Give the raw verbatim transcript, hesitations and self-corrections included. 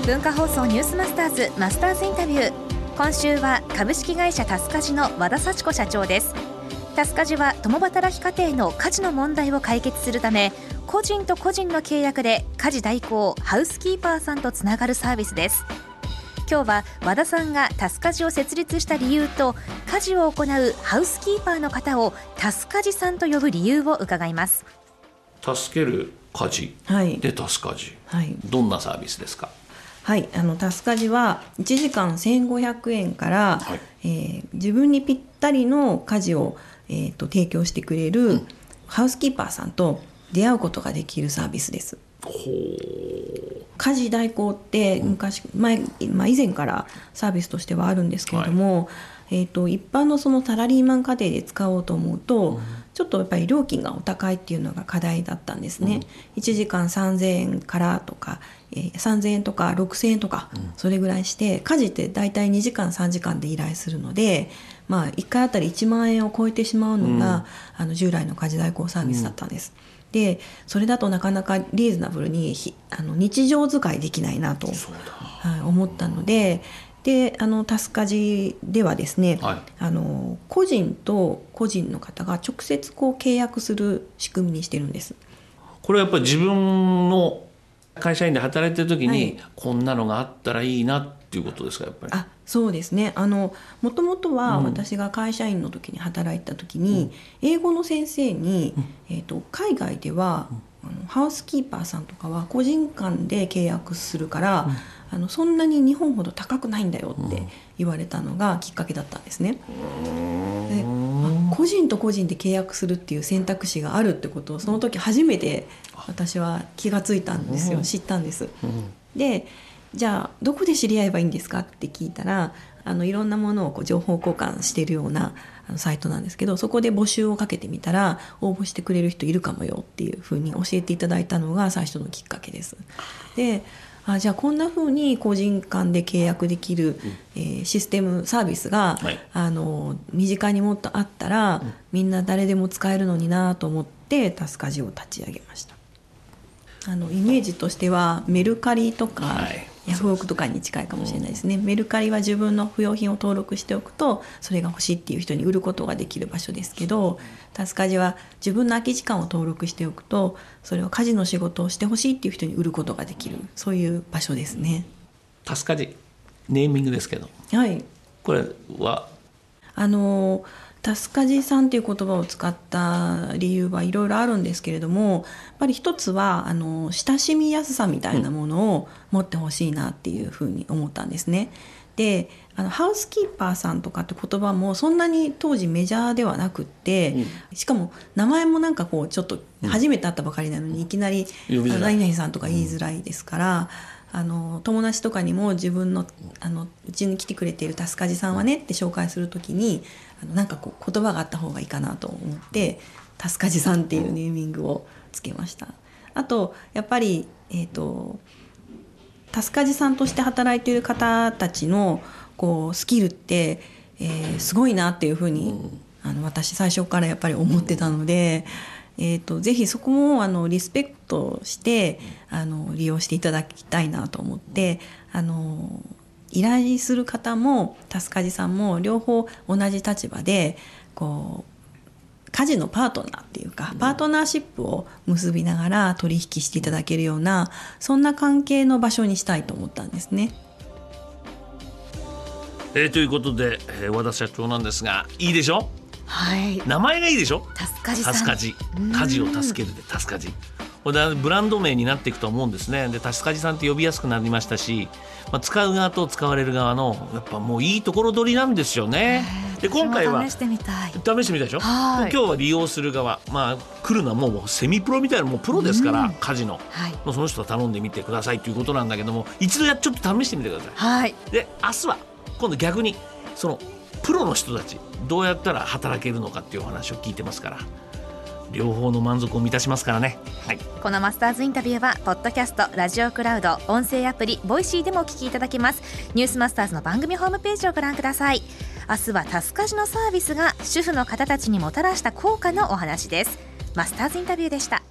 文化放送ニュースマスターズマスターズインタビュー。今週は株式会社タスカジの和田幸子社長です。タスカジは共働き家庭の家事の問題を解決するため、個人と個人の契約で家事代行ハウスキーパーさんとつながるサービスです。今日は和田さんがタスカジを設立した理由と、家事を行うハウスキーパーの方をタスカジさんと呼ぶ理由を伺います。 助ける家事でタスカジ、はい、どんなサービスですか？ はい、あのタスカジはいちじかんせんごひゃくえんから、はい、えー、自分にぴったりの家事を、えー、と提供してくれる、うん、ハウスキーパーさんと出会うことができるサービスです。ほう。家事代行って昔、うん、前まあ、以前からサービスとしてはあるんですけれども、はい、えー、と一般のそのサラリーマン家庭で使おうと思うと、うん、ちょっとやっぱり料金がお高いっていうのが課題だったんですね、うん、いちじかんさんぜんえんからとか、えー、さんぜんえんとかろくせんえんとか、うん、それぐらいして、家事ってだいたいにじかんさんじかんで依頼するので、まあ、いっかいあたりいちまんえんを超えてしまうのが、うん、あの従来の家事代行サービスだったんです、うん、でそれだとなかなかリーズナブルにあの日常使いできないなと、はい、思ったので、であのタスカジではですね、はい、あの個人と個人の方が直接こう契約する仕組みにしてるんです。 これはやっぱり自分の会社員で働いてる時に、はい、こんなのがあったらいいなっていうことですか？やっぱりあそうですね。あのもともとは私が会社員の時に働いた時に、うん、英語の先生に、うん、えーと、海外では、うん、あのハウスキーパーさんとかは個人間で契約するから、うん、あのそんなに日本ほど高くないんだよって言われたのがきっかけだったんですね、うん、で個人と個人で契約するっていう選択肢があるってことをその時初めて私は気がついたんですよ、うん、知ったんです、うん、でじゃあどこで知り合えばいいんですかって聞いたら、あのいろんなものをこう情報交換しているようなあのサイトなんですけど、そこで募集をかけてみたら応募してくれる人いるかもよっていうふうに教えていただいたのが最初のきっかけです。であじゃあこんなふうに個人間で契約できる、うんえー、システムサービスが、はい、あの身近にもっとあったら、うん、みんな誰でも使えるのになと思ってタスカジを立ち上げました。あのイメージとしてはメルカリとか、はい、ヤフオクとかに近いかもしれないですね。メルカリは自分の不要品を登録しておくとそれが欲しいっていう人に売ることができる場所ですけど、タスカジは自分の空き時間を登録しておくとそれを家事の仕事をしてほしいっていう人に売ることができる、そういう場所ですね。 タスカジネーミングですけど、 はい、 これはあのタスカジさんという言葉を使った理由はいろいろあるんですけれども、やっぱり一つはあの親しみやすさみたいなものを持ってほしいなっていうふうに思ったんですね。であのハウスキーパーさんとかって言葉もそんなに当時メジャーではなくって、うん、しかも名前もなんかこうちょっと初めて会ったばかりなのに、うん、いきなり何々さんとか言いづらいですから、うん、あの友達とかにも自分のあのうちに来てくれているタスカジさんはねって紹介するときにあのなんかこう言葉があった方がいいかなと思ってタスカジさんっていうネーミングをつけました。あとやっぱり、えーと、タスカジさんとして働いている方たちのこうスキルって、えー、すごいなっていうふうに、うん、あの私最初からやっぱり思ってたので、えーと、ぜひそこもあのリスペクトしてあの利用していただきたいなと思って、あの依頼する方もタスカジさんも両方同じ立場でこう家事のパートナーっていうかパートナーシップを結びながら取引していただけるようなそんな関係の場所にしたいと思ったんですね。 えー、ということで、えー、和田社長なんですがいいでしょ、 はい、 名前がいいでしょ。 タスカジさん、 タスカジ家事を助けるでタスカジ、これでブランド名になっていくと思うんですね。でタスカジさんって呼びやすくなりましたし、まあ、使う側と使われる側のやっぱもういいところ取りなんですよね。で今回は試してみたい試してみたいでしょ。今日は利用する側、まあ、来るのはもうセミプロみたいなもうプロですから、うん、家事の、はい、もうその人は頼んでみてくださいということなんだけども、一度やちょっと試してみてください、はい、で明日は今度逆にそのプロの人たちどうやったら働けるのかっていうお話を聞いてますから、両方の満足を満たしますからね、はい、 このマスターズインタビューはポッドキャスト、ラジオクラウド、音声アプリボイシーでもお聞きいただけます。ニュースマスターズの番組ホームページをご覧ください。明日はタスカジのサービスが主婦の方たちにもたらした効果のお話です。マスターズインタビューでした。